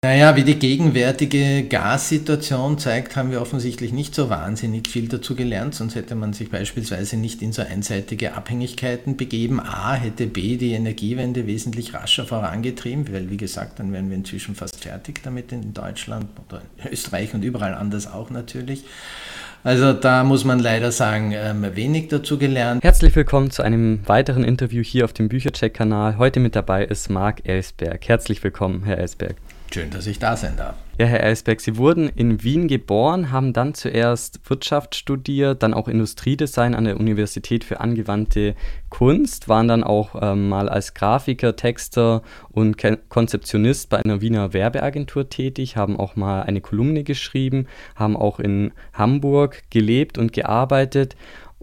Naja, wie die gegenwärtige Gassituation zeigt, haben wir offensichtlich nicht so wahnsinnig viel dazu gelernt, sonst hätte man sich beispielsweise nicht in so einseitige Abhängigkeiten begeben. A, hätte B die Energiewende wesentlich rascher vorangetrieben, weil wie gesagt, dann wären wir inzwischen fast fertig damit in Deutschland oder in Österreich und überall anders auch natürlich. Also da muss man leider sagen, wenig dazu gelernt. Herzlich willkommen zu einem weiteren Interview hier auf dem Büchercheck-Kanal. Heute mit dabei ist Marc Ellsberg. Herzlich willkommen, Herr Ellsberg. Schön, dass ich da sein darf. Ja, Herr Ellsberg, Sie wurden in Wien geboren, haben dann zuerst Wirtschaft studiert, dann auch Industriedesign an der Universität für angewandte Kunst, waren dann auch mal als Grafiker, Texter und Konzeptionist bei einer Wiener Werbeagentur tätig, haben auch mal eine Kolumne geschrieben, haben auch in Hamburg gelebt und gearbeitet.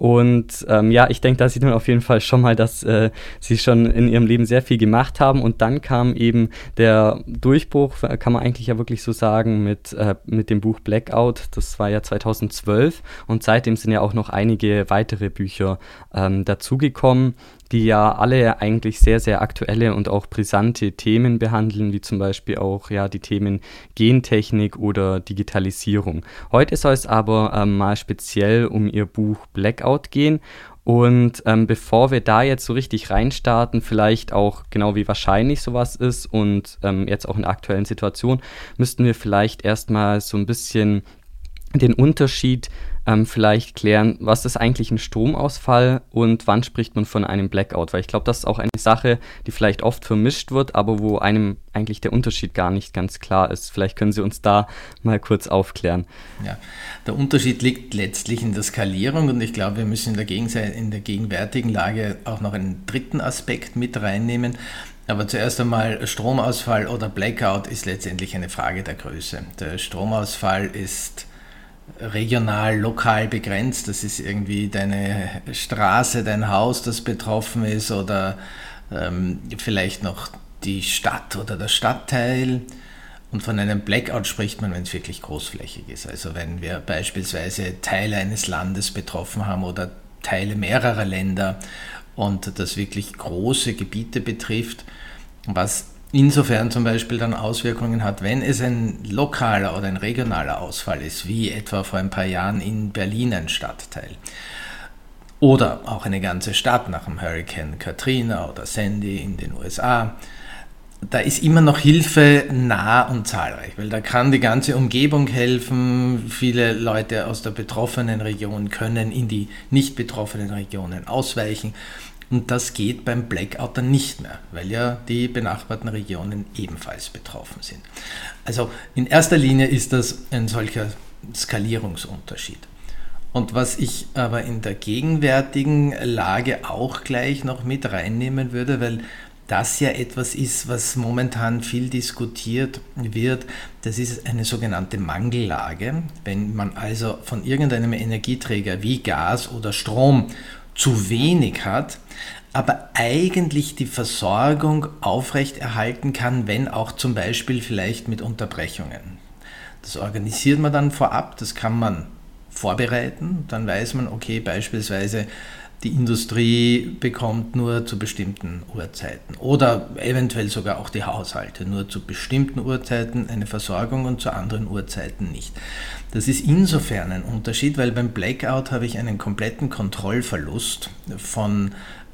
Und ich denke, da sieht man auf jeden Fall schon mal, dass sie schon in ihrem Leben sehr viel gemacht haben. Und dann kam eben der Durchbruch, kann man eigentlich ja wirklich so sagen, mit dem Buch Blackout. Das war ja 2012. Und seitdem sind ja auch noch einige weitere Bücher dazugekommen, die ja alle eigentlich sehr, sehr aktuelle und auch brisante Themen behandeln, wie zum Beispiel auch ja die Themen Gentechnik oder Digitalisierung. Heute soll es aber mal speziell um Ihr Buch Blackout gehen. Und bevor wir da jetzt so richtig reinstarten, vielleicht auch genau wie wahrscheinlich sowas ist und jetzt auch in der aktuellen Situation, müssten wir vielleicht erstmal so ein bisschen den Unterschied vielleicht klären, was ist eigentlich ein Stromausfall und wann spricht man von einem Blackout? Weil ich glaube, das ist auch eine Sache, die vielleicht oft vermischt wird, aber wo einem eigentlich der Unterschied gar nicht ganz klar ist. Vielleicht können Sie uns da mal kurz aufklären. Ja, der Unterschied liegt letztlich in der Skalierung und ich glaube, wir müssen in der gegenwärtigen Lage auch noch einen dritten Aspekt mit reinnehmen. Aber zuerst einmal, Stromausfall oder Blackout ist letztendlich eine Frage der Größe. Der Stromausfall ist regional, lokal begrenzt. Das ist irgendwie deine Straße, dein Haus, das betroffen ist oder vielleicht noch die Stadt oder der Stadtteil. Und von einem Blackout spricht man, wenn es wirklich großflächig ist. Also wenn wir beispielsweise Teile eines Landes betroffen haben oder Teile mehrerer Länder und das wirklich große Gebiete betrifft, was insofern zum Beispiel dann Auswirkungen hat, wenn es ein lokaler oder ein regionaler Ausfall ist, wie etwa vor ein paar Jahren in Berlin ein Stadtteil. Oder auch eine ganze Stadt nach dem Hurrikan Katrina oder Sandy in den USA. Da ist immer noch Hilfe nah und zahlreich, weil da kann die ganze Umgebung helfen. Viele Leute aus der betroffenen Region können in die nicht betroffenen Regionen ausweichen. Und das geht beim Blackout dann nicht mehr, weil ja die benachbarten Regionen ebenfalls betroffen sind. Also in erster Linie ist das ein solcher Skalierungsunterschied. Und was ich aber in der gegenwärtigen Lage auch gleich noch mit reinnehmen würde, weil das ja etwas ist, was momentan viel diskutiert wird, das ist eine sogenannte Mangellage. Wenn man also von irgendeinem Energieträger wie Gas oder Strom zu wenig hat, aber eigentlich die Versorgung aufrechterhalten kann, wenn auch zum Beispiel vielleicht mit Unterbrechungen. Das organisiert man dann vorab, das kann man vorbereiten, dann weiß man, okay, beispielsweise die Industrie bekommt nur zu bestimmten Uhrzeiten oder eventuell sogar auch die Haushalte nur zu bestimmten Uhrzeiten eine Versorgung und zu anderen Uhrzeiten nicht. Das ist insofern ein Unterschied, weil beim Blackout habe ich einen kompletten Kontrollverlust von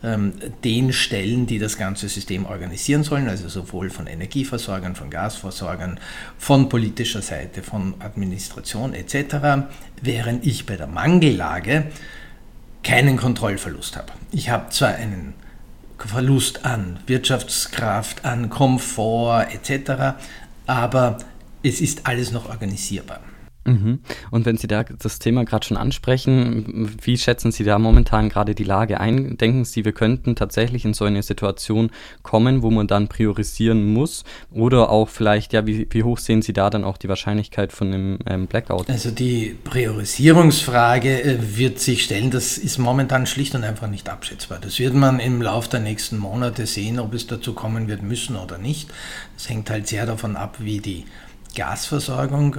den Stellen, die das ganze System organisieren sollen, also sowohl von Energieversorgern, von Gasversorgern, von politischer Seite, von Administration etc., während ich bei der Mangellage keinen Kontrollverlust habe. Ich habe zwar einen Verlust an Wirtschaftskraft, an Komfort etc., aber es ist alles noch organisierbar. Mhm. Und wenn Sie da das Thema gerade schon ansprechen, wie schätzen Sie da momentan gerade die Lage ein? Denken Sie, wir könnten tatsächlich in so eine Situation kommen, wo man dann priorisieren muss? Oder auch vielleicht, ja, wie hoch sehen Sie da dann auch die Wahrscheinlichkeit von einem Blackout? Also die Priorisierungsfrage wird sich stellen, das ist momentan schlicht und einfach nicht abschätzbar. Das wird man im Laufe der nächsten Monate sehen, ob es dazu kommen wird müssen oder nicht. Das hängt halt sehr davon ab, wie die Gasversorgung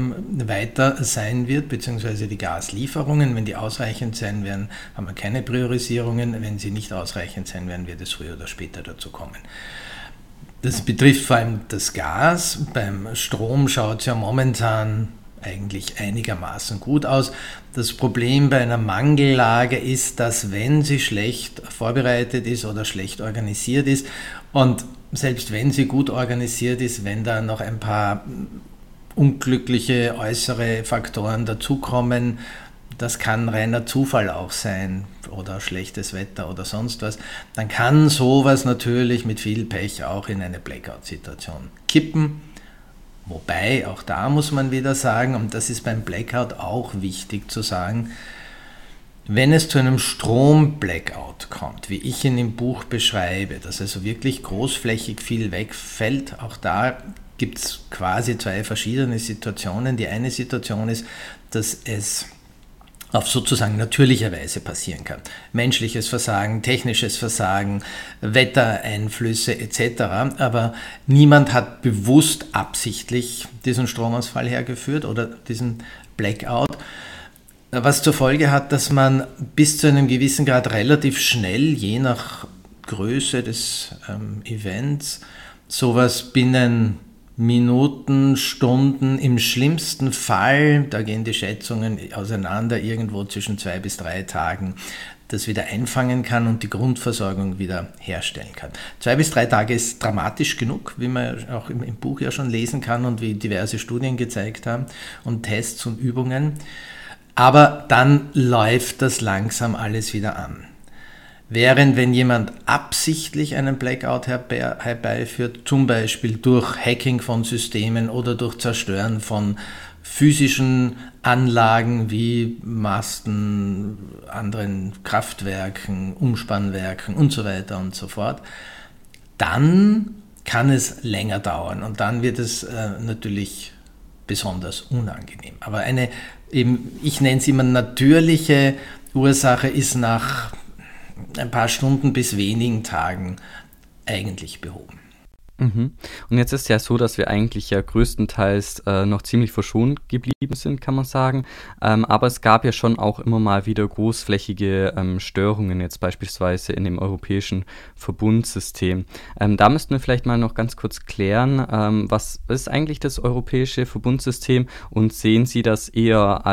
weiter sein wird, beziehungsweise die Gaslieferungen. Wenn die ausreichend sein werden, haben wir keine Priorisierungen. Wenn sie nicht ausreichend sein werden, wird es früher oder später dazu kommen. Das betrifft vor allem das Gas. Beim Strom schaut es ja momentan eigentlich einigermaßen gut aus. Das Problem bei einer Mangellage ist, dass wenn sie schlecht vorbereitet ist oder schlecht organisiert ist, und selbst wenn sie gut organisiert ist, wenn da noch ein paar unglückliche äußere Faktoren dazukommen, das kann reiner Zufall auch sein oder schlechtes Wetter oder sonst was, dann kann sowas natürlich mit viel Pech auch in eine Blackout-Situation kippen. Wobei, auch da muss man wieder sagen, und das ist beim Blackout auch wichtig zu sagen, wenn es zu einem Strom-Blackout kommt, wie ich ihn im Buch beschreibe, dass also wirklich großflächig viel wegfällt, auch da gibt es quasi zwei verschiedene Situationen. Die eine Situation ist, dass es auf sozusagen natürliche Weise passieren kann. Menschliches Versagen, technisches Versagen, Wettereinflüsse etc. Aber niemand hat bewusst absichtlich diesen Stromausfall hergeführt oder diesen Blackout, was zur Folge hat, dass man bis zu einem gewissen Grad relativ schnell, je nach Größe des Events, sowas binnen Minuten, Stunden, im schlimmsten Fall, da gehen die Schätzungen auseinander, irgendwo zwischen 2 bis 3 Tagen, das wieder einfangen kann und die Grundversorgung wieder herstellen kann. 2 bis 3 Tage ist dramatisch genug, wie man auch im Buch ja schon lesen kann und wie diverse Studien gezeigt haben und Tests und Übungen. Aber dann läuft das langsam alles wieder an. Während wenn jemand absichtlich einen Blackout herbeiführt, zum Beispiel durch Hacking von Systemen oder durch Zerstören von physischen Anlagen wie Masten, anderen Kraftwerken, Umspannwerken und so weiter und so fort, dann kann es länger dauern und dann wird es natürlich besonders unangenehm. Aber ich nenne es immer natürliche Ursache ist nach ein paar Stunden bis wenigen Tagen eigentlich behoben. Mhm. Und jetzt ist ja so, dass wir eigentlich ja größtenteils noch ziemlich verschont geblieben sind, kann man sagen. Aber es gab ja schon auch immer mal wieder großflächige Störungen, jetzt beispielsweise in dem europäischen Verbundsystem. Da müssten wir vielleicht mal noch ganz kurz klären, was ist eigentlich das europäische Verbundsystem und sehen Sie das eher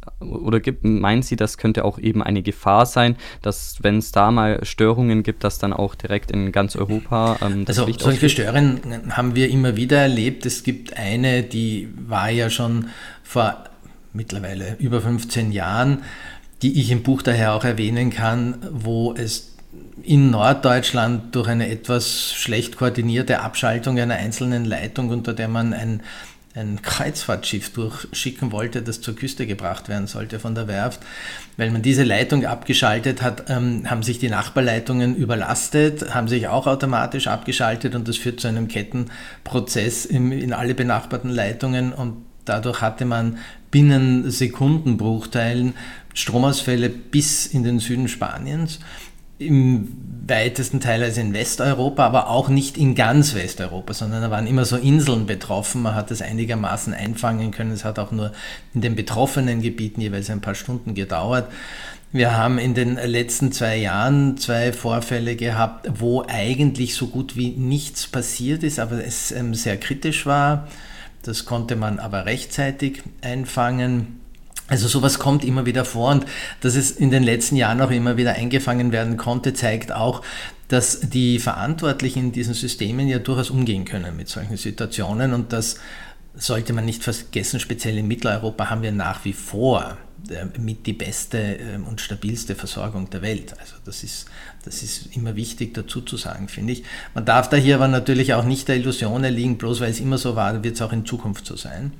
meinen Sie, das könnte auch eben eine Gefahr sein, dass wenn es da mal Störungen gibt, dass dann auch direkt in ganz Europa das Licht solche Störungen haben wir immer wieder erlebt. Es gibt eine, die war ja schon vor mittlerweile über 15 Jahren, die ich im Buch daher auch erwähnen kann, wo es in Norddeutschland durch eine etwas schlecht koordinierte Abschaltung einer einzelnen Leitung, unter der man ein Kreuzfahrtschiff durchschicken wollte, das zur Küste gebracht werden sollte von der Werft. Weil man diese Leitung abgeschaltet hat, haben sich die Nachbarleitungen überlastet, haben sich auch automatisch abgeschaltet und das führt zu einem Kettenprozess in alle benachbarten Leitungen und dadurch hatte man binnen Sekundenbruchteilen Stromausfälle bis in den Süden Spaniens. Im weitesten Teil also in Westeuropa, aber auch nicht in ganz Westeuropa, sondern da waren immer so Inseln betroffen. Man hat es einigermaßen einfangen können. Es hat auch nur in den betroffenen Gebieten jeweils ein paar Stunden gedauert. Wir haben in den letzten 2 Jahren 2 Vorfälle gehabt, wo eigentlich so gut wie nichts passiert ist, aber es sehr kritisch war. Das konnte man aber rechtzeitig einfangen. Also sowas kommt immer wieder vor und dass es in den letzten Jahren auch immer wieder eingefangen werden konnte, zeigt auch, dass die Verantwortlichen in diesen Systemen ja durchaus umgehen können mit solchen Situationen und das sollte man nicht vergessen, speziell in Mitteleuropa haben wir nach wie vor mit die beste und stabilste Versorgung der Welt. Also das ist immer wichtig dazu zu sagen, finde ich. Man darf da hier aber natürlich auch nicht der Illusion erliegen, bloß weil es immer so war, wird es auch in Zukunft so sein.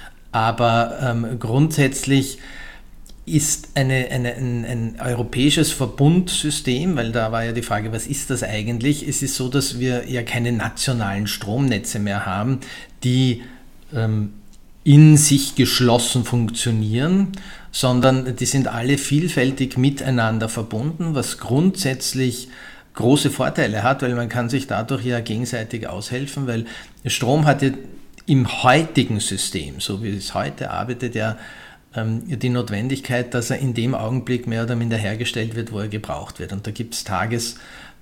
Aber grundsätzlich ist ein europäisches Verbundsystem, weil da war ja die Frage, was ist das eigentlich? Es ist so, dass wir ja keine nationalen Stromnetze mehr haben, die in sich geschlossen funktionieren, sondern die sind alle vielfältig miteinander verbunden, was grundsätzlich große Vorteile hat, weil man kann sich dadurch ja gegenseitig aushelfen, weil Strom hat ja im heutigen System, so wie es heute arbeitet, ja die Notwendigkeit, dass er in dem Augenblick mehr oder minder hergestellt wird, wo er gebraucht wird. Und da gibt es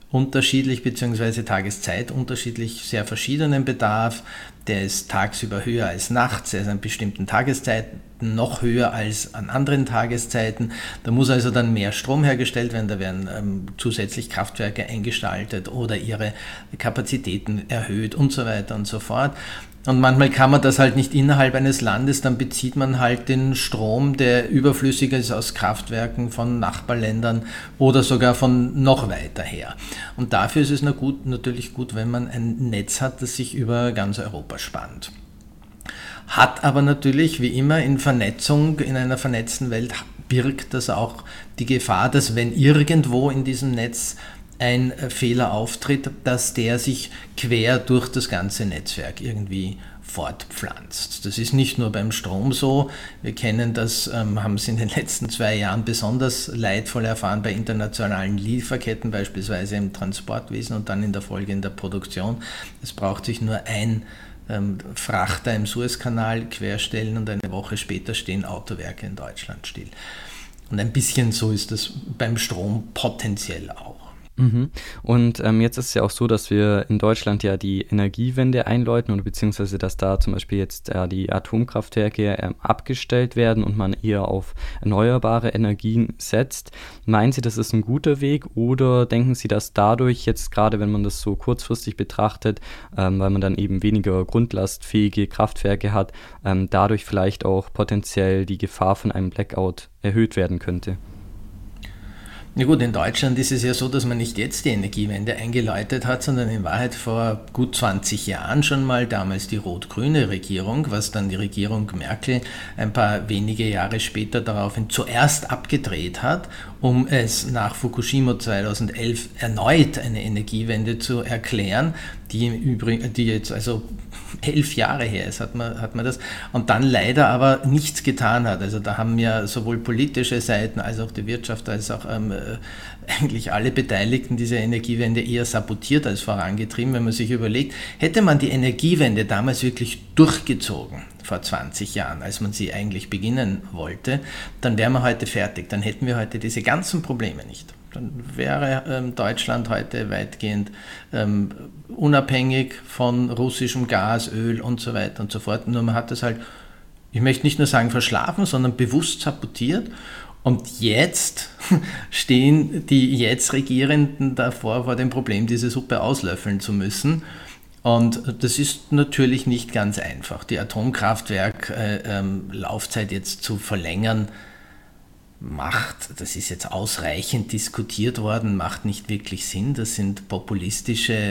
unterschiedlich bzw. Tageszeit unterschiedlich, sehr verschiedenen Bedarf. Der ist tagsüber höher als nachts, er ist an bestimmten Tageszeiten noch höher als an anderen Tageszeiten. Da muss also dann mehr Strom hergestellt werden, da werden zusätzlich Kraftwerke eingestaltet oder ihre Kapazitäten erhöht und so weiter und so fort. Und manchmal kann man das halt nicht innerhalb eines Landes, dann bezieht man halt den Strom, der überflüssiger ist aus Kraftwerken von Nachbarländern oder sogar von noch weiter her. Und dafür ist es natürlich gut, wenn man ein Netz hat, das sich über ganz Europa spannt. Hat aber natürlich, wie immer in Vernetzung, in einer vernetzten Welt, birgt das auch die Gefahr, dass wenn irgendwo in diesem Netz ein Fehler auftritt, dass der sich quer durch das ganze Netzwerk irgendwie fortpflanzt. Das ist nicht nur beim Strom so. Wir kennen das, haben es in den letzten 2 Jahren besonders leidvoll erfahren bei internationalen Lieferketten, beispielsweise im Transportwesen und dann in der Folge in der Produktion. Es braucht sich nur ein Frachter im Suezkanal querstellen und eine Woche später stehen Autowerke in Deutschland still. Und ein bisschen so ist das beim Strom potenziell auch. Und jetzt ist es ja auch so, dass wir in Deutschland ja die Energiewende einläuten oder beziehungsweise, dass da zum Beispiel jetzt die Atomkraftwerke abgestellt werden und man eher auf erneuerbare Energien setzt. Meinen Sie, das ist ein guter Weg oder denken Sie, dass dadurch jetzt gerade, wenn man das so kurzfristig betrachtet, weil man dann eben weniger grundlastfähige Kraftwerke hat, dadurch vielleicht auch potenziell die Gefahr von einem Blackout erhöht werden könnte? Na gut, in Deutschland ist es ja so, dass man nicht jetzt die Energiewende eingeläutet hat, sondern in Wahrheit vor gut 20 Jahren schon mal, damals die rot-grüne Regierung, was dann die Regierung Merkel ein paar wenige Jahre später daraufhin zuerst abgedreht hat, um es nach Fukushima 2011 erneut eine Energiewende zu erklären, die jetzt also 11 Jahre her ist, hat man das, und dann leider aber nichts getan hat. Also da haben ja sowohl politische Seiten als auch die Wirtschaft als auch eigentlich alle Beteiligten diese Energiewende eher sabotiert als vorangetrieben. Wenn man sich überlegt, hätte man die Energiewende damals wirklich durchgezogen, vor 20 Jahren, als man sie eigentlich beginnen wollte, dann wären wir heute fertig, dann hätten wir heute diese ganzen Probleme nicht. Dann wäre Deutschland heute weitgehend unabhängig von russischem Gas, Öl und so weiter und so fort. Nur man hat das halt, ich möchte nicht nur sagen verschlafen, sondern bewusst sabotiert. Und jetzt stehen die jetzt Regierenden davor vor dem Problem, diese Suppe auslöffeln zu müssen. Und das ist natürlich nicht ganz einfach. Die Atomkraftwerk-Laufzeit jetzt zu verlängern, das ist jetzt ausreichend diskutiert worden, macht nicht wirklich Sinn. Das sind populistische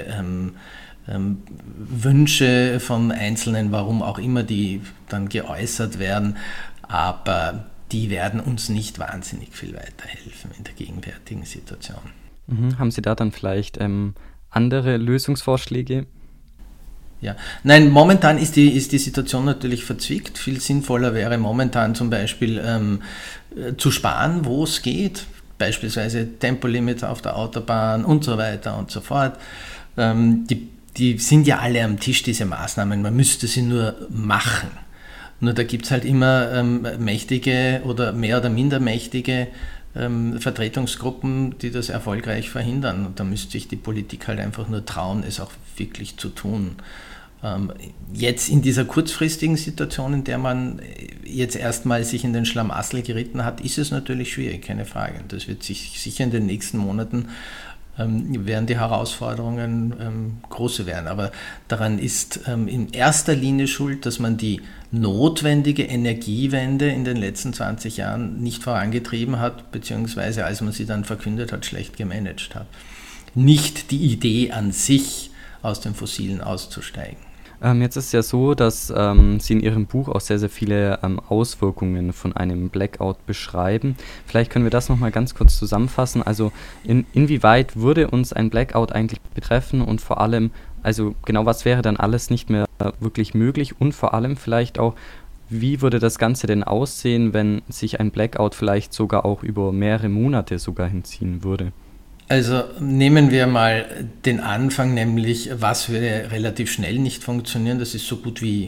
Wünsche von Einzelnen, warum auch immer die dann geäußert werden, aber die werden uns nicht wahnsinnig viel weiterhelfen in der gegenwärtigen Situation. Haben Sie da dann vielleicht andere Lösungsvorschläge? Ja, nein, momentan ist die Situation natürlich verzwickt. Viel sinnvoller wäre momentan zum Beispiel zu sparen, wo es geht. Beispielsweise Tempolimits auf der Autobahn und so weiter und so fort. Die sind ja alle am Tisch, diese Maßnahmen. Man müsste sie nur machen. Nur da gibt es halt immer mächtige oder mehr oder minder mächtige Vertretungsgruppen, die das erfolgreich verhindern. Und da müsste sich die Politik halt einfach nur trauen, es auch wirklich zu tun. Jetzt in dieser kurzfristigen Situation, in der man jetzt erstmal sich in den Schlamassel geritten hat, ist es natürlich schwierig, keine Frage. Und das wird sich sicher in den nächsten Monaten werden die Herausforderungen große werden. Aber daran ist in erster Linie schuld, dass man die notwendige Energiewende in den letzten 20 Jahren nicht vorangetrieben hat, beziehungsweise als man sie dann verkündet hat, schlecht gemanagt hat. Nicht die Idee an sich, aus dem Fossilen auszusteigen. Jetzt ist es ja so, dass Sie in Ihrem Buch auch sehr, sehr viele Auswirkungen von einem Blackout beschreiben. Vielleicht können wir das nochmal ganz kurz zusammenfassen. Also inwieweit würde uns ein Blackout eigentlich betreffen und vor allem, also genau was wäre dann alles nicht mehr wirklich möglich und vor allem vielleicht auch, wie würde das Ganze denn aussehen, wenn sich ein Blackout vielleicht sogar auch über mehrere Monate sogar hinziehen würde? Also nehmen wir mal den Anfang, nämlich was würde relativ schnell nicht funktionieren. Das ist so gut wie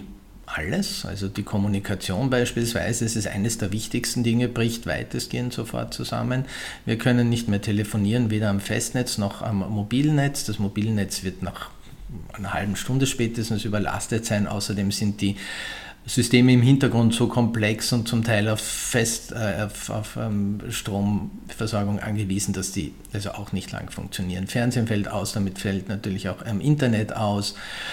alles. Also die Kommunikation beispielsweise, es ist eines der wichtigsten Dinge, bricht weitestgehend sofort zusammen. Wir können nicht mehr telefonieren, weder am Festnetz noch am Mobilnetz. Das Mobilnetz wird nach einer halben Stunde spätestens überlastet sein. Außerdem sind die Systeme im Hintergrund so komplex und zum Teil auf Stromversorgung angewiesen, dass die also auch nicht lang funktionieren. Fernsehen fällt aus, damit fällt natürlich auch Internet aus.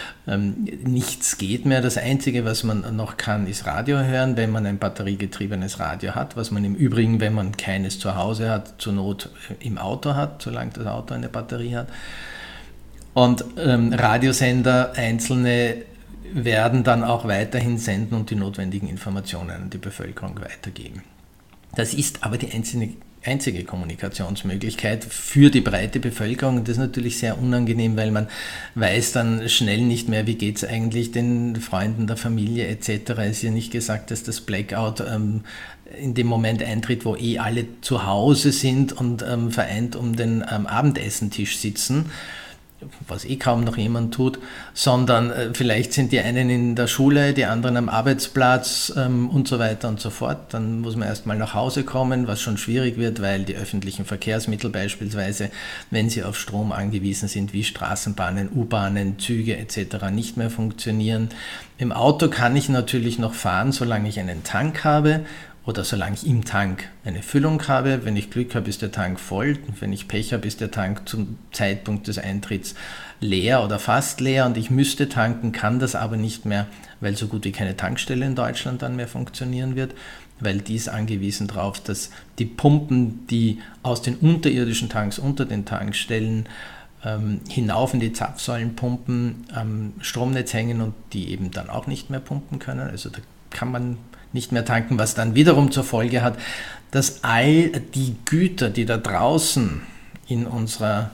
Nichts geht mehr. Das Einzige, was man noch kann, ist Radio hören, wenn man ein batteriegetriebenes Radio hat, was man im Übrigen, wenn man keines zu Hause hat, zur Not im Auto hat, solange das Auto eine Batterie hat. Und Radiosender, einzelne, werden dann auch weiterhin senden und die notwendigen Informationen an die Bevölkerung weitergeben. Das ist aber die einzige Kommunikationsmöglichkeit für die breite Bevölkerung. Das ist natürlich sehr unangenehm, weil man weiß dann schnell nicht mehr, wie geht es eigentlich den Freunden, der Familie etc. Es ist ja nicht gesagt, dass das Blackout in dem Moment eintritt, wo alle zu Hause sind und vereint um den Abendessentisch sitzen, was kaum noch jemand tut, sondern vielleicht sind die einen in der Schule, die anderen am Arbeitsplatz und so weiter und so fort. Dann muss man erstmal nach Hause kommen, was schon schwierig wird, weil die öffentlichen Verkehrsmittel beispielsweise, wenn sie auf Strom angewiesen sind, wie Straßenbahnen, U-Bahnen, Züge etc. nicht mehr funktionieren. Im Auto kann ich natürlich noch fahren, solange ich einen Tank habe. Oder solange ich im Tank eine Füllung habe. Wenn ich Glück habe, ist der Tank voll. Wenn ich Pech habe, ist der Tank zum Zeitpunkt des Eintritts leer oder fast leer und ich müsste tanken, kann das aber nicht mehr, weil so gut wie keine Tankstelle in Deutschland dann mehr funktionieren wird, weil die ist angewiesen darauf, dass die Pumpen, die aus den unterirdischen Tanks unter den Tankstellen hinauf in die Zapfsäulenpumpen am Stromnetz hängen und die eben dann auch nicht mehr pumpen können. Also da kann man nicht mehr tanken, was dann wiederum zur Folge hat, dass all die Güter, die da draußen in unserer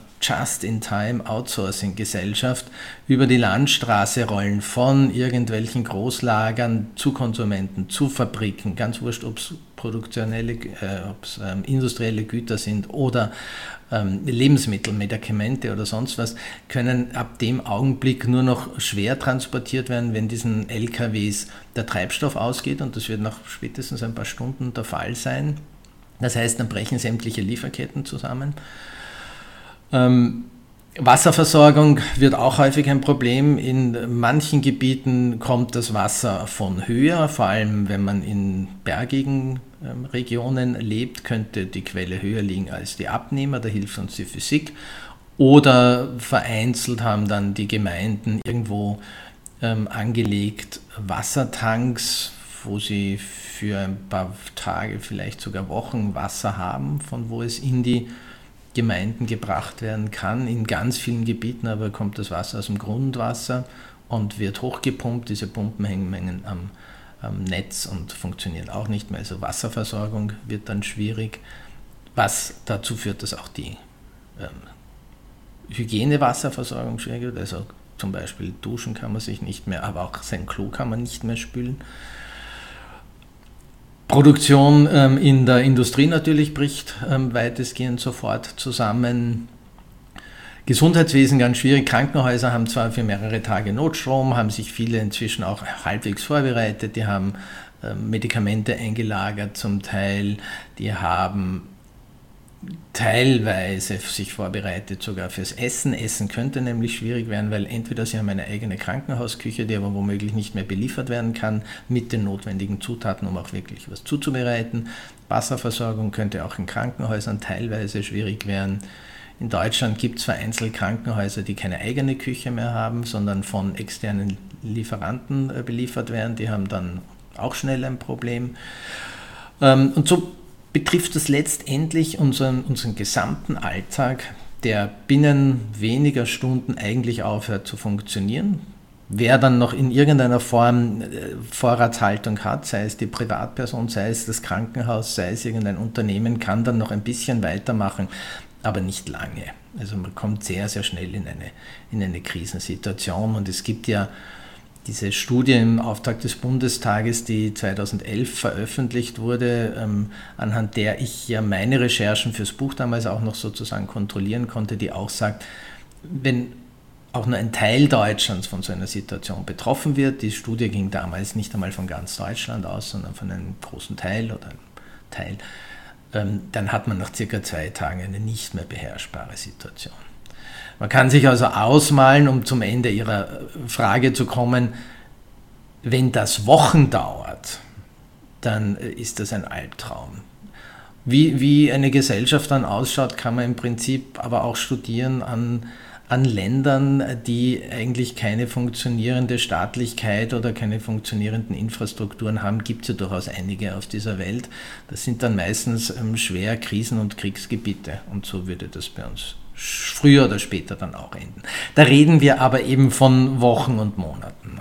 Just-in-Time-Outsourcing-Gesellschaft über die Landstraße rollen, von irgendwelchen Großlagern zu Konsumenten, zu Fabriken, ganz wurscht, ob es industrielle Güter sind oder Lebensmittel, Medikamente oder sonst was, können ab dem Augenblick nur noch schwer transportiert werden, wenn diesen LKWs der Treibstoff ausgeht, und das wird nach spätestens ein paar Stunden der Fall sein. Das heißt, dann brechen sämtliche Lieferketten zusammen. Wasserversorgung wird auch häufig ein Problem. In manchen Gebieten kommt das Wasser von höher, vor allem wenn man in bergigen Regionen lebt, könnte die Quelle höher liegen als die Abnehmer, da hilft uns die Physik. Oder vereinzelt haben dann die Gemeinden irgendwo angelegt Wassertanks, wo sie für ein paar Tage, vielleicht sogar Wochen Wasser haben, von wo es in die Gemeinden gebracht werden kann. In ganz vielen Gebieten aber kommt das Wasser aus dem Grundwasser und wird hochgepumpt. Diese Pumpen hängen am Netz und funktionieren auch nicht mehr. Also Wasserversorgung wird dann schwierig, was dazu führt, dass auch die Hygienewasserversorgung schwierig wird. Also zum Beispiel duschen kann man sich nicht mehr, aber auch sein Klo kann man nicht mehr spülen. Produktion in der Industrie natürlich bricht weitestgehend sofort zusammen. Gesundheitswesen ganz schwierig. Krankenhäuser haben zwar für mehrere Tage Notstrom, haben sich viele inzwischen auch halbwegs vorbereitet. Die haben Medikamente eingelagert zum Teil. Die haben teilweise sich vorbereitet sogar fürs Essen. Essen könnte nämlich schwierig werden, weil entweder sie haben eine eigene Krankenhausküche, die aber womöglich nicht mehr beliefert werden kann, mit den notwendigen Zutaten, um auch wirklich was zuzubereiten. Wasserversorgung könnte auch in Krankenhäusern teilweise schwierig werden. In Deutschland gibt es vereinzelt Krankenhäuser, die keine eigene Küche mehr haben, sondern von externen Lieferanten beliefert werden. Die haben dann auch schnell ein Problem. Und so betrifft das letztendlich unseren gesamten Alltag, der binnen weniger Stunden eigentlich aufhört zu funktionieren. Wer dann noch in irgendeiner Form Vorratshaltung hat, sei es die Privatperson, sei es das Krankenhaus, sei es irgendein Unternehmen, kann dann noch ein bisschen weitermachen, aber nicht lange. Also man kommt sehr, sehr schnell in eine Krisensituation, und es gibt ja diese Studie im Auftrag des Bundestages, die 2011 veröffentlicht wurde, anhand der ich ja meine Recherchen fürs Buch damals auch noch sozusagen kontrollieren konnte, die auch sagt, wenn auch nur ein Teil Deutschlands von so einer Situation betroffen wird. Die Studie ging damals nicht einmal von ganz Deutschland aus, sondern von einem großen Teil oder einem Teil. Dann hat man nach circa 2 Tagen eine nicht mehr beherrschbare Situation. Man kann sich also ausmalen, um zum Ende Ihrer Frage zu kommen, wenn das Wochen dauert, dann ist das ein Albtraum. Wie eine Gesellschaft dann ausschaut, kann man im Prinzip aber auch studieren an Ländern, die eigentlich keine funktionierende Staatlichkeit oder keine funktionierenden Infrastrukturen haben. Gibt es ja durchaus einige auf dieser Welt. Das sind dann meistens schwer Krisen- und Kriegsgebiete und so würde das bei uns früher oder später dann auch enden. Da reden wir aber eben von Wochen und Monaten.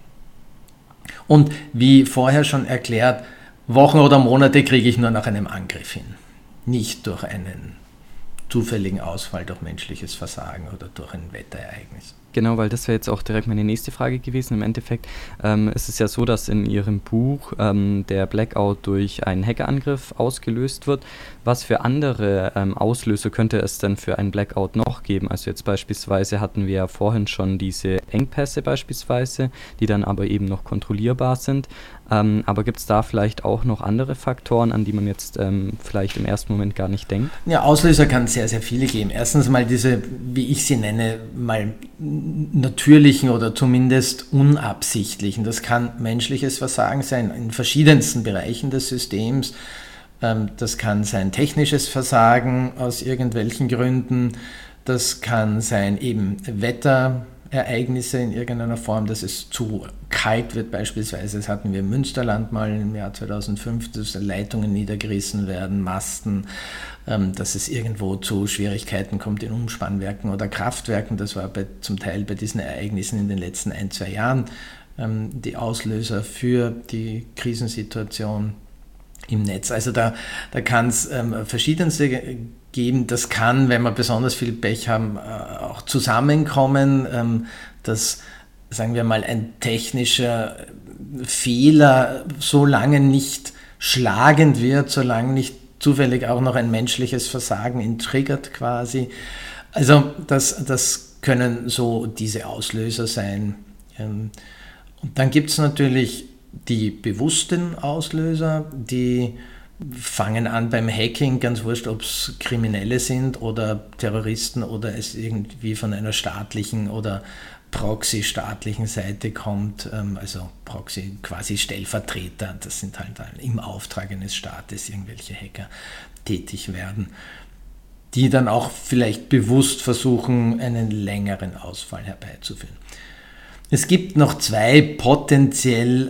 Und wie vorher schon erklärt, Wochen oder Monate kriege ich nur nach einem Angriff hin, nicht durch einen zufälligen Ausfall durch menschliches Versagen oder durch ein Wetterereignis. Genau, weil das wäre jetzt auch direkt meine nächste Frage gewesen. Im Endeffekt ist es ja so, dass in Ihrem Buch der Blackout durch einen Hackerangriff ausgelöst wird. Was für andere Auslöser könnte es denn für einen Blackout noch geben? Also jetzt beispielsweise hatten wir ja vorhin schon diese Engpässe beispielsweise, die dann aber eben noch kontrollierbar sind. Aber gibt es da vielleicht auch noch andere Faktoren, an die man jetzt vielleicht im ersten Moment gar nicht denkt? Ja, Auslöser kann es sehr, sehr viele geben. Erstens mal diese, wie ich sie nenne, mal natürlichen oder zumindest unabsichtlichen. Das kann menschliches Versagen sein in verschiedensten Bereichen des Systems. Das kann sein technisches Versagen aus irgendwelchen Gründen. Das kann sein eben Wetterereignisse in irgendeiner Form, dass es zu kalt wird beispielsweise. Das hatten wir im Münsterland mal im Jahr 2005, dass Leitungen niedergerissen werden, Masten, dass es irgendwo zu Schwierigkeiten kommt in Umspannwerken oder Kraftwerken. Das war zum Teil bei diesen Ereignissen in den letzten 1-2 Jahren die Auslöser für die Krisensituation im Netz. Also da kann es verschiedenste geben. Das kann, wenn wir besonders viel Pech haben, auch zusammenkommen, dass, sagen wir mal, ein technischer Fehler so lange nicht schlagend wird, solange nicht zufällig auch noch ein menschliches Versagen ihn triggert quasi. Also das können so diese Auslöser sein. Und dann gibt es natürlich die bewussten Auslöser, die fangen an beim Hacking, ganz wurscht, ob es Kriminelle sind oder Terroristen oder es irgendwie von einer staatlichen oder Proxy-staatlichen Seite kommt, also Proxy quasi Stellvertreter, das sind halt im Auftrag eines Staates irgendwelche Hacker tätig werden, die dann auch vielleicht bewusst versuchen, einen längeren Ausfall herbeizuführen. Es gibt noch ein potenziell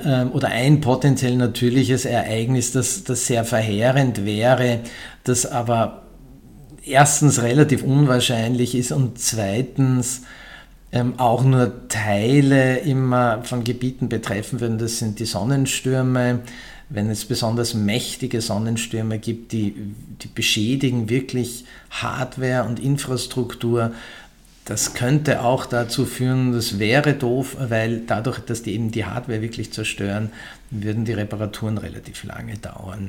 natürliches Ereignis, das sehr verheerend wäre, das aber erstens relativ unwahrscheinlich ist und zweitens auch nur Teile immer von Gebieten betreffen würden. Das sind die Sonnenstürme. Wenn es besonders mächtige Sonnenstürme gibt, die beschädigen wirklich Hardware und Infrastruktur. Das könnte auch dazu führen, das wäre doof, weil dadurch, dass die eben die Hardware wirklich zerstören, würden die Reparaturen relativ lange dauern.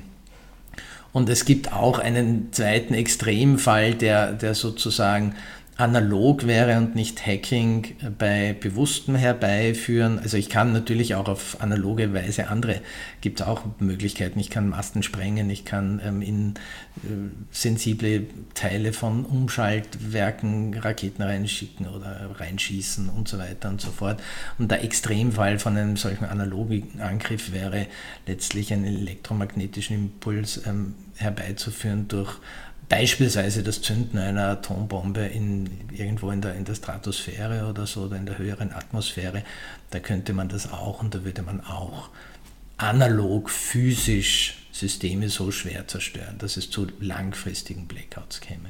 Und es gibt auch einen zweiten Extremfall, der sozusagen analog wäre und nicht Hacking bei bewusstem Herbeiführen. Also ich kann natürlich auch auf analoge Weise gibt es auch Möglichkeiten. Ich kann Masten sprengen, ich kann in sensible Teile von Umschaltwerken Raketen reinschicken oder reinschießen und so weiter und so fort. Und der Extremfall von einem solchen analogen Angriff wäre letztlich einen elektromagnetischen Impuls herbeizuführen durch beispielsweise das Zünden einer Atombombe irgendwo in der Stratosphäre oder so oder in der höheren Atmosphäre. Da könnte man das auch und da würde man auch analog physisch Systeme so schwer zerstören, dass es zu langfristigen Blackouts käme.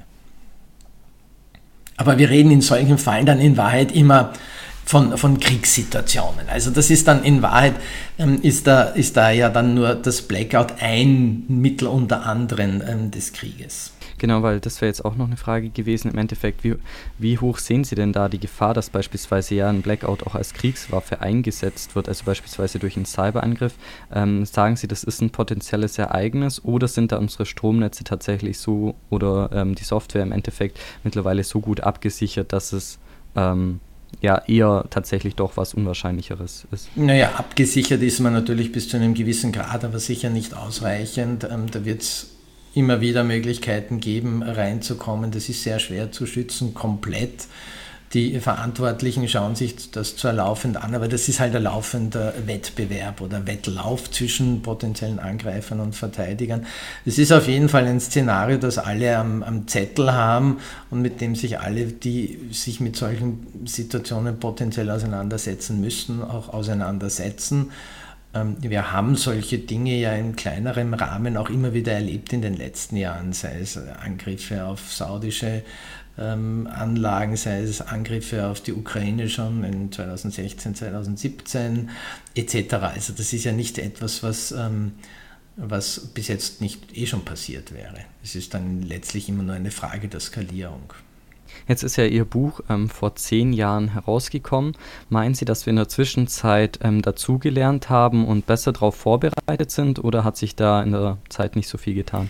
Aber wir reden in solchen Fällen dann in Wahrheit immer von Kriegssituationen. Also das ist dann in Wahrheit, ist da ja dann nur das Blackout ein Mittel unter anderen des Krieges. Genau, weil das wäre jetzt auch noch eine Frage gewesen. Im Endeffekt, wie hoch sehen Sie denn da die Gefahr, dass beispielsweise ja ein Blackout auch als Kriegswaffe eingesetzt wird, also beispielsweise durch einen Cyberangriff? Sagen Sie, das ist ein potenzielles Ereignis oder sind da unsere Stromnetze tatsächlich so oder die Software im Endeffekt mittlerweile so gut abgesichert, dass es ja eher tatsächlich doch was Unwahrscheinlicheres ist? Naja, abgesichert ist man natürlich bis zu einem gewissen Grad, aber sicher nicht ausreichend. Da wird es immer wieder Möglichkeiten geben, reinzukommen. Das ist sehr schwer zu schützen, komplett. Die Verantwortlichen schauen sich das zwar laufend an, aber das ist halt ein laufender Wettbewerb oder Wettlauf zwischen potenziellen Angreifern und Verteidigern. Es ist auf jeden Fall ein Szenario, das alle am Zettel haben und mit dem sich alle, die sich mit solchen Situationen potenziell auseinandersetzen müssen, auch auseinandersetzen. Wir haben solche Dinge ja in kleinerem Rahmen auch immer wieder erlebt in den letzten Jahren, sei es Angriffe auf saudische Anlagen, sei es Angriffe auf die Ukraine schon in 2016, 2017 etc. Also das ist ja nicht etwas, was bis jetzt nicht schon passiert wäre. Es ist dann letztlich immer nur eine Frage der Skalierung. Jetzt ist ja Ihr Buch vor 10 Jahren herausgekommen. Meinen Sie, dass wir in der Zwischenzeit dazugelernt haben und besser darauf vorbereitet sind, oder hat sich da in der Zeit nicht so viel getan?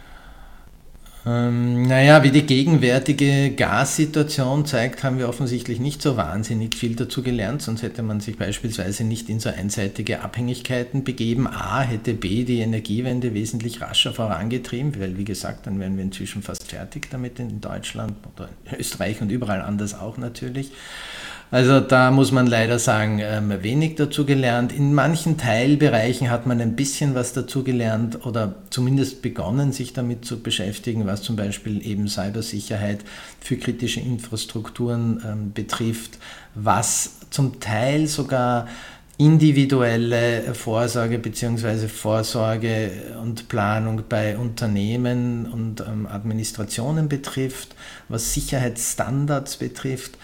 Naja, wie die gegenwärtige Gassituation zeigt, haben wir offensichtlich nicht so wahnsinnig viel dazu gelernt, sonst hätte man sich beispielsweise nicht in so einseitige Abhängigkeiten begeben. A, hätte B die Energiewende wesentlich rascher vorangetrieben, weil wie gesagt, dann wären wir inzwischen fast fertig damit in Deutschland oder Österreich und überall anders auch natürlich. Also da muss man leider sagen, wenig dazu gelernt. In manchen Teilbereichen hat man ein bisschen was dazu gelernt oder zumindest begonnen, sich damit zu beschäftigen, was zum Beispiel eben Cybersicherheit für kritische Infrastrukturen betrifft, was zum Teil sogar individuelle Vorsorge bzw. Vorsorge und Planung bei Unternehmen und Administrationen betrifft, was Sicherheitsstandards betrifft.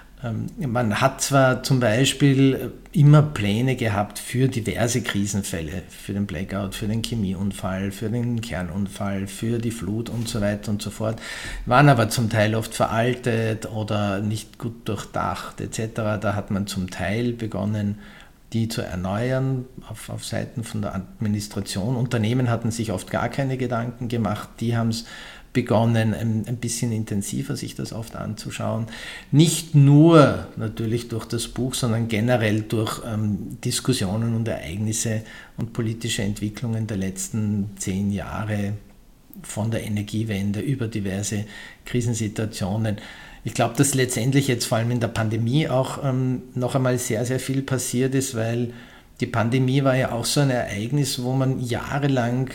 Man hat zwar zum Beispiel immer Pläne gehabt für diverse Krisenfälle, für den Blackout, für den Chemieunfall, für den Kernunfall, für die Flut und so weiter und so fort, waren aber zum Teil oft veraltet oder nicht gut durchdacht etc. Da hat man zum Teil begonnen, die zu erneuern auf Seiten von der Administration. Unternehmen hatten sich oft gar keine Gedanken gemacht, die haben es begonnen, ein bisschen intensiver sich das oft anzuschauen. Nicht nur natürlich durch das Buch, sondern generell durch Diskussionen und Ereignisse und politische Entwicklungen der letzten 10 Jahre, von der Energiewende über diverse Krisensituationen. Ich glaube, dass letztendlich jetzt vor allem in der Pandemie auch noch einmal sehr, sehr viel passiert ist, weil die Pandemie war ja auch so ein Ereignis, wo man jahrelang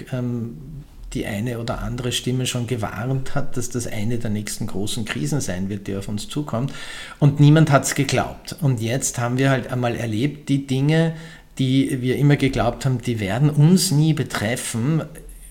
die eine oder andere Stimme schon gewarnt hat, dass das eine der nächsten großen Krisen sein wird, die auf uns zukommt. Und niemand hat es geglaubt. Und jetzt haben wir halt einmal erlebt, die Dinge, die wir immer geglaubt haben, die werden uns nie betreffen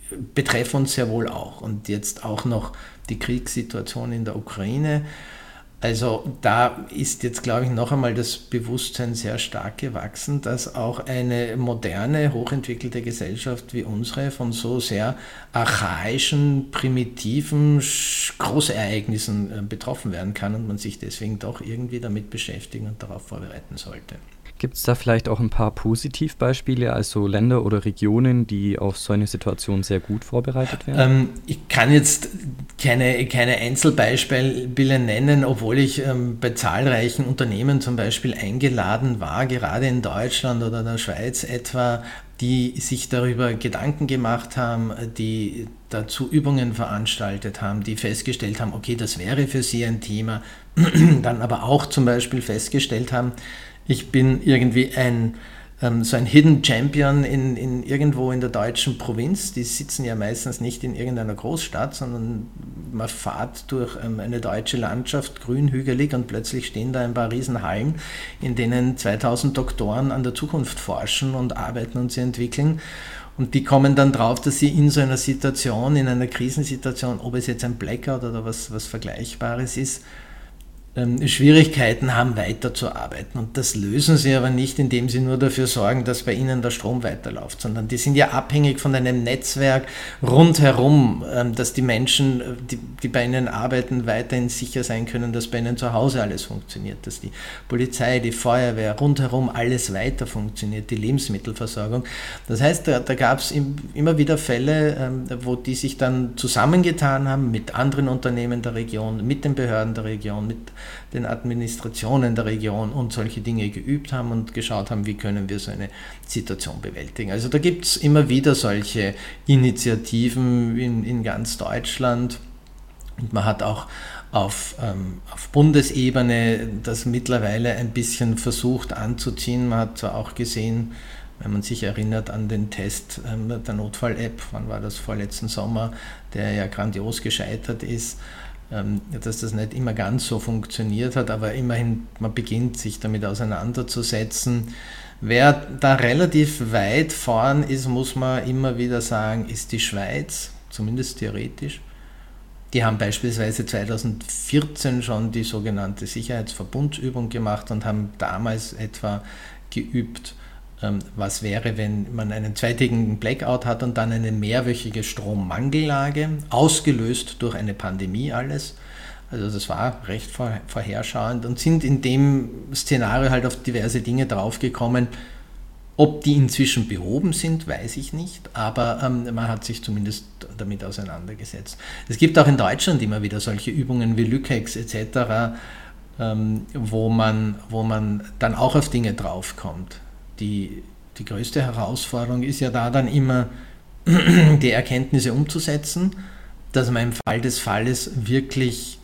uns sehr wohl auch. Und jetzt auch noch die Kriegssituation in der Ukraine. Also da ist jetzt, glaube ich, noch einmal das Bewusstsein sehr stark gewachsen, dass auch eine moderne, hochentwickelte Gesellschaft wie unsere von so sehr archaischen, primitiven Großereignissen betroffen werden kann und man sich deswegen doch irgendwie damit beschäftigen und darauf vorbereiten sollte. Gibt es da vielleicht auch ein paar Positivbeispiele, also Länder oder Regionen, die auf so eine Situation sehr gut vorbereitet werden? Ich kann jetzt keine Einzelbeispiele nennen, obwohl ich bei zahlreichen Unternehmen zum Beispiel eingeladen war, gerade in Deutschland oder der Schweiz etwa, die sich darüber Gedanken gemacht haben, die dazu Übungen veranstaltet haben, die festgestellt haben, okay, das wäre für sie ein Thema, dann aber auch zum Beispiel festgestellt haben, ich bin irgendwie so ein Hidden Champion irgendwo in der deutschen Provinz. Die sitzen ja meistens nicht in irgendeiner Großstadt, sondern man fährt durch eine deutsche Landschaft, grün, hügelig, und plötzlich stehen da ein paar Riesenhallen, in denen 2000 Doktoren an der Zukunft forschen und arbeiten und sie entwickeln. Und die kommen dann drauf, dass sie in so einer Situation, in einer Krisensituation, ob es jetzt ein Blackout oder was Vergleichbares ist, Schwierigkeiten haben, weiterzuarbeiten. Und das lösen sie aber nicht, indem sie nur dafür sorgen, dass bei ihnen der Strom weiterläuft, sondern die sind ja abhängig von einem Netzwerk rundherum, dass die Menschen, die bei ihnen arbeiten, weiterhin sicher sein können, dass bei ihnen zu Hause alles funktioniert, dass die Polizei, die Feuerwehr, rundherum alles weiter funktioniert, die Lebensmittelversorgung. Das heißt, da gab es immer wieder Fälle, wo die sich dann zusammengetan haben mit anderen Unternehmen der Region, mit den Behörden der Region, mit den Administrationen der Region und solche Dinge geübt haben und geschaut haben, wie können wir so eine Situation bewältigen. Also da gibt es immer wieder solche Initiativen in ganz Deutschland, und man hat auch auf Bundesebene das mittlerweile ein bisschen versucht anzuziehen. Man hat zwar auch gesehen, wenn man sich erinnert an den Test der Notfall-App, wann war das, vorletzten Sommer, der ja grandios gescheitert ist, dass das nicht immer ganz so funktioniert hat, aber immerhin, man beginnt sich damit auseinanderzusetzen. Wer da relativ weit vorn ist, muss man immer wieder sagen, ist die Schweiz, zumindest theoretisch. Die haben beispielsweise 2014 schon die sogenannte Sicherheitsverbundsübung gemacht und haben damals etwa geübt, was wäre, wenn man einen zweitägigen Blackout hat und dann eine mehrwöchige Strommangellage, ausgelöst durch eine Pandemie alles. Also das war recht vorherschauend und sind in dem Szenario halt auf diverse Dinge draufgekommen. Ob die inzwischen behoben sind, weiß ich nicht, aber man hat sich zumindest damit auseinandergesetzt. Es gibt auch in Deutschland immer wieder solche Übungen wie Lükex etc., wo man dann auch auf Dinge draufkommt. Die größte Herausforderung ist ja da dann immer, die Erkenntnisse umzusetzen, dass man im Fall des Falles wirklich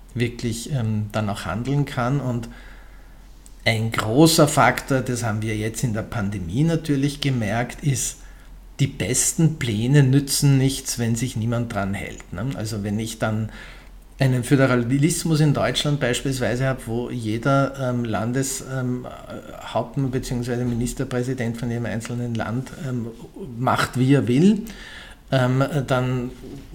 dann auch handeln kann. Und ein großer Faktor, das haben wir jetzt in der Pandemie natürlich gemerkt, ist, die besten Pläne nützen nichts, wenn sich niemand dran hält. Ne? Also wenn ich dann einen Föderalismus in Deutschland beispielsweise habe, wo jeder Landeshauptmann bzw. Ministerpräsident von jedem einzelnen Land macht, wie er will, dann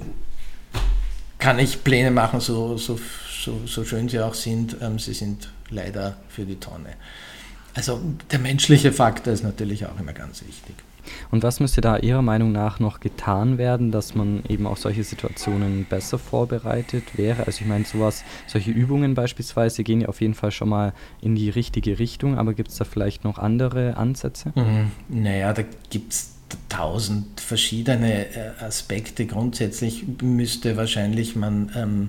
kann ich Pläne machen, so schön sie auch sind, sie sind leider für die Tonne. Also der menschliche Faktor ist natürlich auch immer ganz wichtig. Und was müsste da Ihrer Meinung nach noch getan werden, dass man eben auf solche Situationen besser vorbereitet wäre? Also ich meine, solche Übungen beispielsweise gehen ja auf jeden Fall schon mal in die richtige Richtung, aber gibt es da vielleicht noch andere Ansätze? Naja, da gibt es 1000 verschiedene Aspekte. Grundsätzlich müsste wahrscheinlich man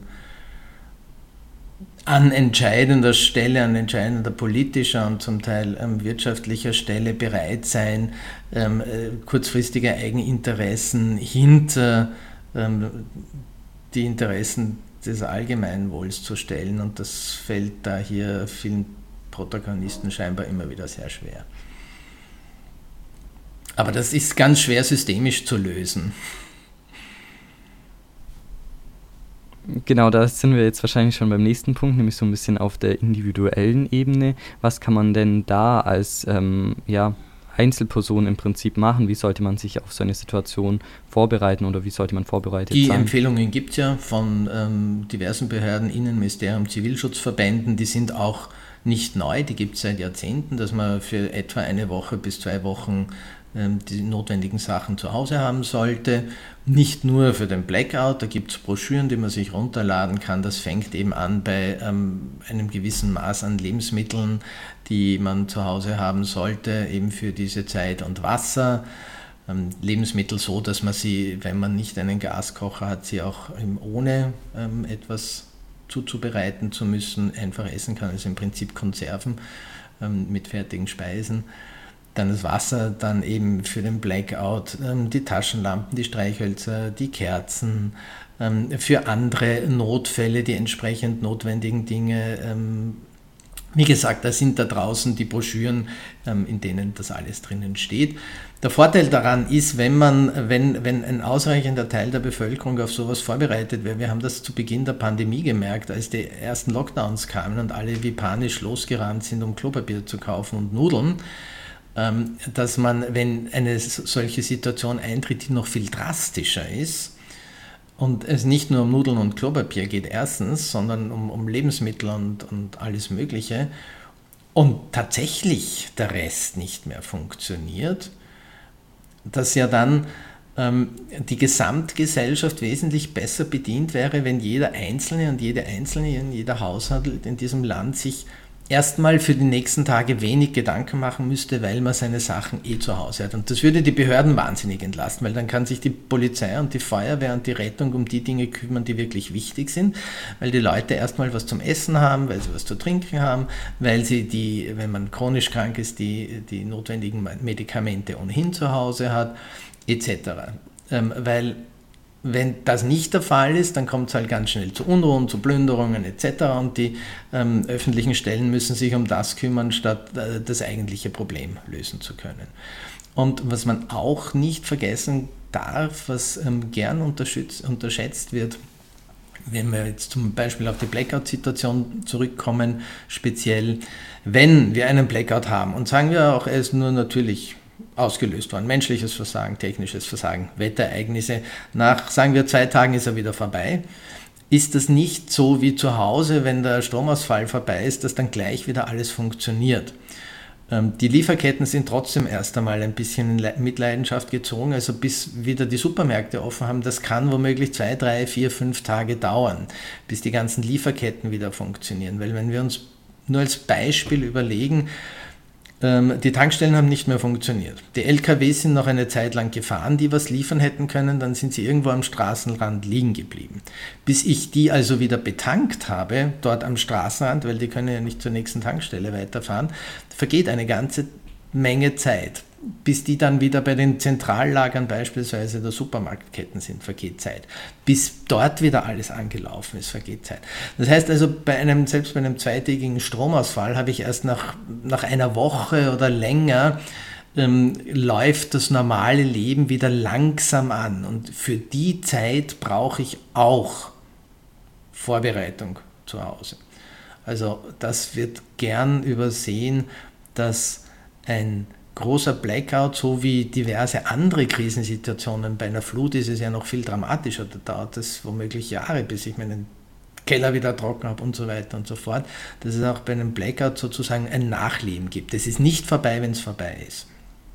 an entscheidender Stelle, an entscheidender politischer und zum Teil wirtschaftlicher Stelle bereit sein, kurzfristige Eigeninteressen hinter die Interessen des Allgemeinwohls zu stellen. Und das fällt da hier vielen Protagonisten scheinbar immer wieder sehr schwer. Aber das ist ganz schwer systemisch zu lösen. Genau, da sind wir jetzt wahrscheinlich schon beim nächsten Punkt, nämlich so ein bisschen auf der individuellen Ebene. Was kann man denn da als Einzelperson im Prinzip machen? Wie sollte man sich auf so eine Situation vorbereiten oder wie sollte man vorbereitet sein? Die Empfehlungen gibt es ja von diversen Behörden, Innenministerium, Zivilschutzverbänden, die sind auch nicht neu, die gibt es seit Jahrzehnten, dass man für etwa 1 Woche bis 2 Wochen die notwendigen Sachen zu Hause haben sollte. Nicht nur für den Blackout, da gibt es Broschüren, die man sich runterladen kann. Das fängt eben an bei einem gewissen Maß an Lebensmitteln, die man zu Hause haben sollte, eben für diese Zeit, und Wasser. Lebensmittel so, dass man sie, wenn man nicht einen Gaskocher hat, sie auch ohne etwas zuzubereiten zu müssen, einfach essen kann. Also im Prinzip Konserven mit fertigen Speisen. Dann das Wasser, dann eben für den Blackout, die Taschenlampen, die Streichhölzer, die Kerzen, für andere Notfälle die entsprechend notwendigen Dinge. Wie gesagt, da sind da draußen die Broschüren, in denen das alles drinnen steht. Der Vorteil daran ist, wenn ein ausreichender Teil der Bevölkerung auf sowas vorbereitet wäre, wir haben das zu Beginn der Pandemie gemerkt, als die ersten Lockdowns kamen und alle wie panisch losgerannt sind, um Klopapier zu kaufen und Nudeln, dass man, wenn eine solche Situation eintritt, die noch viel drastischer ist und es nicht nur um Nudeln und Klopapier geht erstens, sondern um Lebensmittel und alles Mögliche und tatsächlich der Rest nicht mehr funktioniert, dass ja dann die Gesamtgesellschaft wesentlich besser bedient wäre, wenn jeder Einzelne und jede Einzelne in jeder Haushalt in diesem Land sich erstmal für die nächsten Tage wenig Gedanken machen müsste, weil man seine Sachen zu Hause hat. Und das würde die Behörden wahnsinnig entlasten, weil dann kann sich die Polizei und die Feuerwehr und die Rettung um die Dinge kümmern, die wirklich wichtig sind, weil die Leute erstmal was zum Essen haben, weil sie was zu trinken haben, weil sie wenn man chronisch krank ist, die notwendigen Medikamente ohnehin zu Hause hat, etc. Weil wenn das nicht der Fall ist, dann kommt es halt ganz schnell zu Unruhen, zu Plünderungen etc. Und die öffentlichen Stellen müssen sich um das kümmern, statt das eigentliche Problem lösen zu können. Und was man auch nicht vergessen darf, was gern unterschätzt wird, wenn wir jetzt zum Beispiel auf die Blackout-Situation zurückkommen, speziell, wenn wir einen Blackout haben und sagen wir auch, er ist nur natürlich ausgelöst worden. Menschliches Versagen, technisches Versagen, Wetterereignisse. Nach, sagen wir, 2 Tagen ist er wieder vorbei. Ist das nicht so wie zu Hause, wenn der Stromausfall vorbei ist, dass dann gleich wieder alles funktioniert? Die Lieferketten sind trotzdem erst einmal ein bisschen in Mitleidenschaft gezogen, also bis wieder die Supermärkte offen haben, das kann womöglich 2, 3, 4, 5 Tage dauern, bis die ganzen Lieferketten wieder funktionieren. Weil wenn wir uns nur als Beispiel überlegen, die Tankstellen haben nicht mehr funktioniert. Die LKWs sind noch eine Zeit lang gefahren, die was liefern hätten können, dann sind sie irgendwo am Straßenrand liegen geblieben. Bis ich die also wieder betankt habe, dort am Straßenrand, weil die können ja nicht zur nächsten Tankstelle weiterfahren, vergeht eine ganze Menge Zeit. Bis die dann wieder bei den Zentrallagern beispielsweise der Supermarktketten sind, vergeht Zeit. Bis dort wieder alles angelaufen ist, vergeht Zeit. Das heißt also, selbst bei einem 2-tägigen Stromausfall habe ich erst nach einer Woche oder länger läuft das normale Leben wieder langsam an. Und für die Zeit brauche ich auch Vorbereitung zu Hause. Also das wird gern übersehen, dass ein großer Blackout, so wie diverse andere Krisensituationen, bei einer Flut ist es ja noch viel dramatischer, da dauert es womöglich Jahre, bis ich meinen Keller wieder trocken habe und so weiter und so fort, dass es auch bei einem Blackout sozusagen ein Nachleben gibt. Es ist nicht vorbei, wenn es vorbei ist.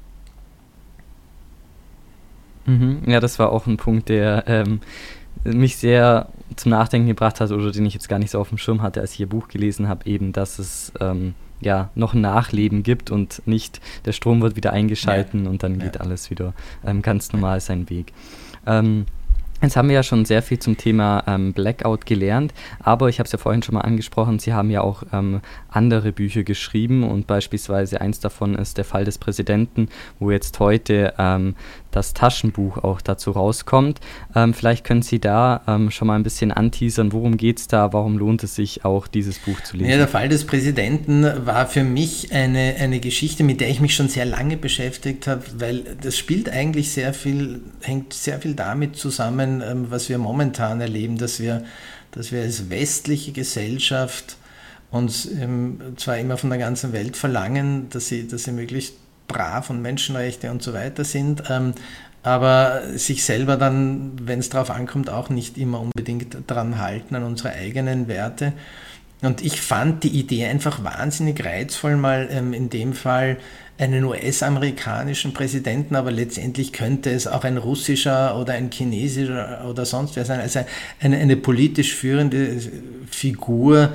Ja, das war auch ein Punkt, der mich sehr zum Nachdenken gebracht hat oder den ich jetzt gar nicht so auf dem Schirm hatte, als ich Ihr Buch gelesen habe, eben, dass es noch ein Nachleben gibt und nicht der Strom wird wieder eingeschalten und dann geht alles wieder ganz normal seinen Weg. Jetzt haben wir ja schon sehr viel zum Thema Blackout gelernt, aber ich habe es ja vorhin schon mal angesprochen, Sie haben ja auch andere Bücher geschrieben und beispielsweise eins davon ist Der Fall des Präsidenten, wo jetzt heute das Taschenbuch auch dazu rauskommt. Vielleicht können Sie da schon mal ein bisschen anteasern, worum geht es da, warum lohnt es sich auch, dieses Buch zu lesen? Ja, Der Fall des Präsidenten war für mich eine Geschichte, mit der ich mich schon sehr lange beschäftigt habe, weil das hängt sehr viel damit zusammen, was wir momentan erleben, dass wir als westliche Gesellschaft uns zwar immer von der ganzen Welt verlangen, dass sie möglichst brav und Menschenrechte und so weiter sind, aber sich selber dann, wenn es darauf ankommt, auch nicht immer unbedingt daran halten, an unsere eigenen Werte. Und ich fand die Idee einfach wahnsinnig reizvoll, mal in dem Fall einen US-amerikanischen Präsidenten, aber letztendlich könnte es auch ein russischer oder ein chinesischer oder sonst wer sein, also eine politisch führende Figur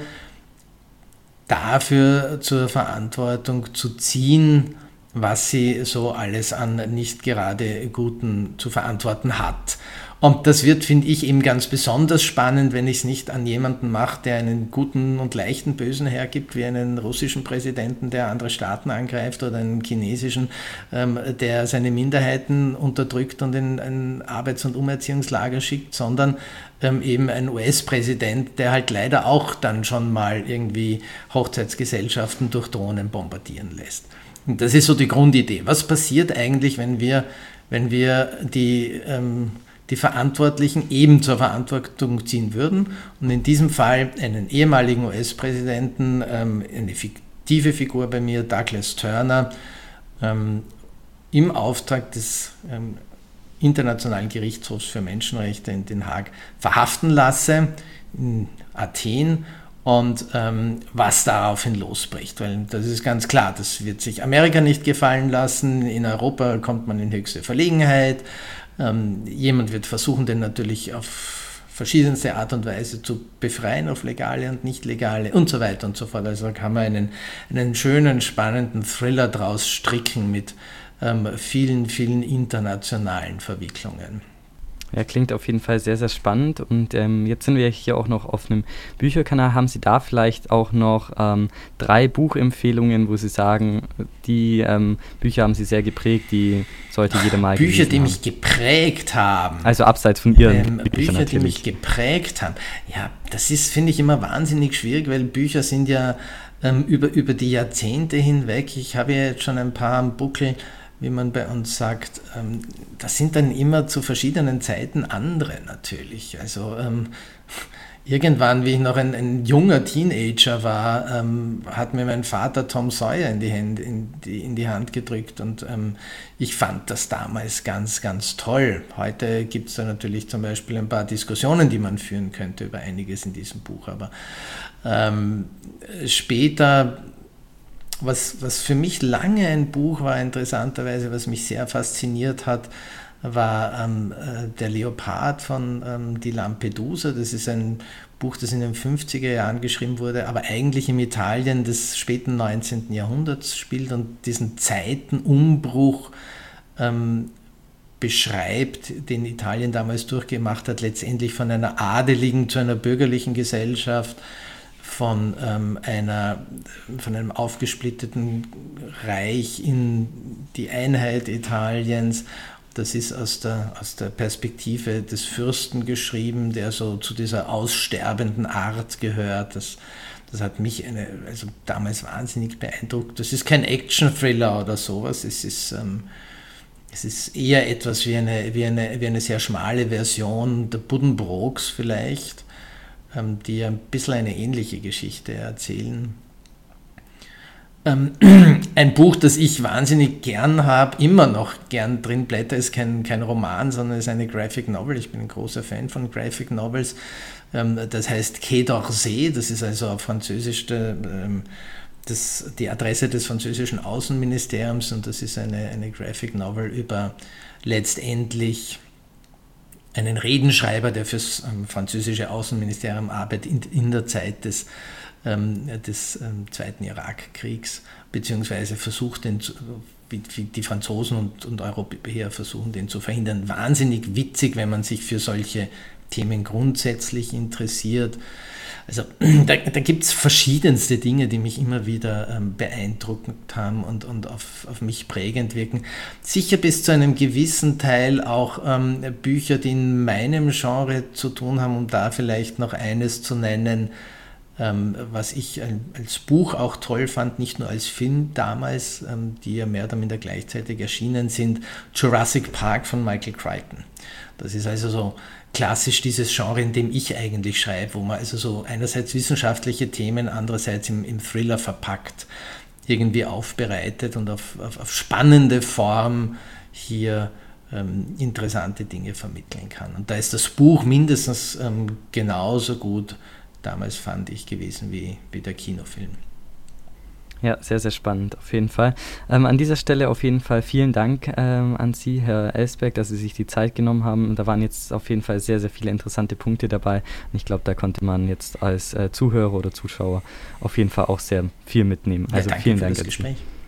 dafür zur Verantwortung zu ziehen, was sie so alles an nicht gerade Guten zu verantworten hat. Und das wird, finde ich, eben ganz besonders spannend, wenn ich es nicht an jemanden mache, der einen guten und leichten Bösen hergibt, wie einen russischen Präsidenten, der andere Staaten angreift, oder einen chinesischen, der seine Minderheiten unterdrückt und in ein Arbeits- und Umerziehungslager schickt, sondern eben ein US-Präsident, der halt leider auch dann schon mal irgendwie Hochzeitsgesellschaften durch Drohnen bombardieren lässt. Und das ist so die Grundidee. Was passiert eigentlich, wenn wir die Verantwortlichen eben zur Verantwortung ziehen würden und in diesem Fall einen ehemaligen US-Präsidenten, eine fiktive Figur bei mir, Douglas Turner, im Auftrag des Internationalen Gerichtshofs für Menschenrechte in Den Haag verhaften lasse, in Athen, und was daraufhin losbricht, weil das ist ganz klar, das wird sich Amerika nicht gefallen lassen, in Europa kommt man in höchste Verlegenheit, jemand wird versuchen, den natürlich auf verschiedenste Art und Weise zu befreien auf legale und nicht legale und so weiter und so fort. Also da kann man einen schönen, spannenden Thriller draus stricken mit vielen, vielen internationalen Verwicklungen. Ja, klingt auf jeden Fall sehr, sehr spannend. Und jetzt sind wir hier auch noch auf einem Bücherkanal. Haben Sie da vielleicht auch noch 3 Buchempfehlungen, wo Sie sagen, die Bücher haben Sie sehr geprägt, die sollte jeder mal Bücher, die haben? mich geprägt haben. Also abseits von Ihren Bücher, natürlich. Die mich geprägt haben. Ja, das ist, finde ich, immer wahnsinnig schwierig, weil Bücher sind ja über die Jahrzehnte hinweg. Ich habe ja jetzt schon ein paar am Buckel, wie man bei uns sagt, das sind dann immer zu verschiedenen Zeiten andere natürlich. Also irgendwann, wie ich noch ein junger Teenager war, hat mir mein Vater Tom Sawyer in die Hand gedrückt und ich fand das damals ganz, ganz toll. Heute gibt es da natürlich zum Beispiel ein paar Diskussionen, die man führen könnte über einiges in diesem Buch, aber später... Was für mich lange ein Buch war, interessanterweise, was mich sehr fasziniert hat, war Der Leopard von Die Lampedusa. Das ist ein Buch, das in den 50er Jahren geschrieben wurde, aber eigentlich im Italien des späten 19. Jahrhunderts spielt und diesen Zeitenumbruch beschreibt, den Italien damals durchgemacht hat, letztendlich von einer adeligen zu einer bürgerlichen Gesellschaft, von einem aufgesplitteten Reich in die Einheit Italiens. Das ist aus der Perspektive des Fürsten geschrieben, der so zu dieser aussterbenden Art gehört. Das hat mich also damals wahnsinnig beeindruckt. Das ist kein Action-Thriller oder sowas. Es ist eher etwas wie eine sehr schmale Version der Buddenbrooks vielleicht, die ein bisschen eine ähnliche Geschichte erzählen. Ein Buch, das ich wahnsinnig gern habe, immer noch gern drin blätter, ist kein Roman, sondern ist eine Graphic Novel. Ich bin ein großer Fan von Graphic Novels. Das heißt Quai d'Orsay, das ist also auf Französisch die Adresse des französischen Außenministeriums und das ist eine Graphic Novel über letztendlich einen Redenschreiber, der fürs französische Außenministerium arbeitet in der Zeit des Zweiten Irakkriegs, beziehungsweise versucht, die Franzosen und Europäer versuchen, den zu verhindern. Wahnsinnig witzig, wenn man sich für solche Themen grundsätzlich interessiert. Also da gibt es verschiedenste Dinge, die mich immer wieder beeindruckt haben und auf mich prägend wirken. Sicher bis zu einem gewissen Teil auch Bücher, die in meinem Genre zu tun haben, um da vielleicht noch eines zu nennen, was ich als Buch auch toll fand, nicht nur als Film damals, die ja mehr oder minder gleichzeitig erschienen sind, Jurassic Park von Michael Crichton. Das ist also so klassisch dieses Genre, in dem ich eigentlich schreibe, wo man also so einerseits wissenschaftliche Themen, andererseits im Thriller verpackt, irgendwie aufbereitet und auf spannende Form hier interessante Dinge vermitteln kann. Und da ist das Buch mindestens genauso gut, damals fand ich, gewesen wie der Kinofilm. Ja, sehr, sehr spannend, auf jeden Fall. An dieser Stelle auf jeden Fall vielen Dank an Sie, Herr Elsberg, dass Sie sich die Zeit genommen haben. Da waren jetzt auf jeden Fall sehr, sehr viele interessante Punkte dabei. Und ich glaube, da konnte man jetzt als Zuhörer oder Zuschauer auf jeden Fall auch sehr viel mitnehmen. Also ja, danke vielen für Dank das Gespräch.